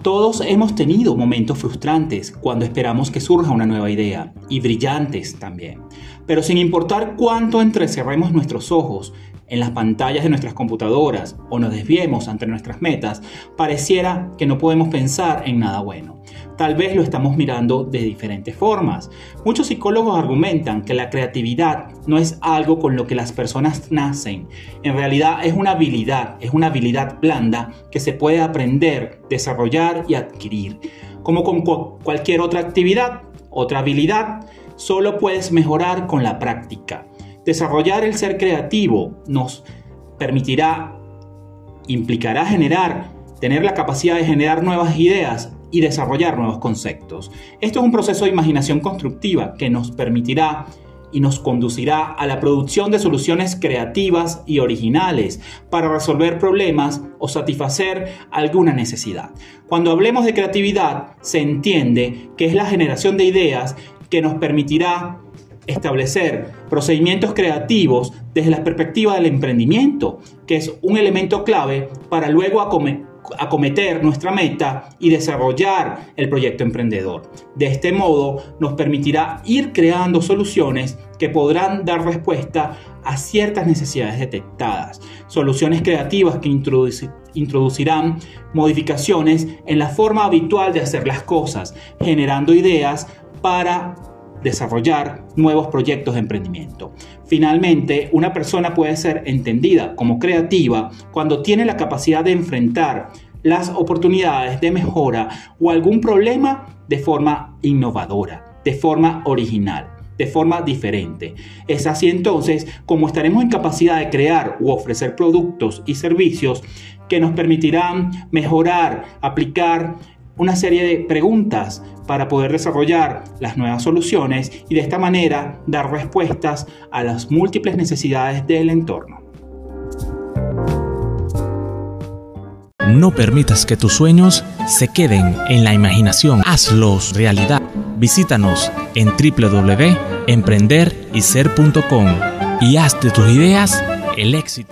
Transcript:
Todos hemos tenido momentos frustrantes cuando esperamos que surja una nueva idea, y brillantes también. Pero sin importar cuánto entrecerremos nuestros ojos en las pantallas de nuestras computadoras o nos desviemos ante nuestras metas, pareciera que no podemos pensar en nada bueno. Tal vez lo estamos mirando de diferentes formas. Muchos psicólogos argumentan que la creatividad no es algo con lo que las personas nacen. En realidad es una habilidad blanda que se puede aprender, desarrollar y adquirir. Como con cualquier otra habilidad, solo puedes mejorar con la práctica. Desarrollar el ser creativo nos implicará tener la capacidad de generar nuevas ideas y desarrollar nuevos conceptos. Esto es un proceso de imaginación constructiva que nos permitirá y nos conducirá a la producción de soluciones creativas y originales para resolver problemas o satisfacer alguna necesidad. Cuando hablemos de creatividad, se entiende que es la generación de ideas que nos permitirá establecer procedimientos creativos desde la perspectiva del emprendimiento, que es un elemento clave para luego acometer nuestra meta y desarrollar el proyecto emprendedor. De este modo, nos permitirá ir creando soluciones que podrán dar respuesta a ciertas necesidades detectadas. Soluciones creativas que introducirán modificaciones en la forma habitual de hacer las cosas, generando ideas para desarrollar nuevos proyectos de emprendimiento. Finalmente, una persona puede ser entendida como creativa cuando tiene la capacidad de enfrentar las oportunidades de mejora o algún problema de forma innovadora, de forma original, de forma diferente. Es así entonces como estaremos en capacidad de crear u ofrecer productos y servicios que nos permitirán mejorar, aplicar una serie de preguntas para poder desarrollar las nuevas soluciones y de esta manera dar respuestas a las múltiples necesidades del entorno. No permitas que tus sueños se queden en la imaginación. Hazlos realidad. Visítanos en www.emprenderyser.com y haz de tus ideas el éxito.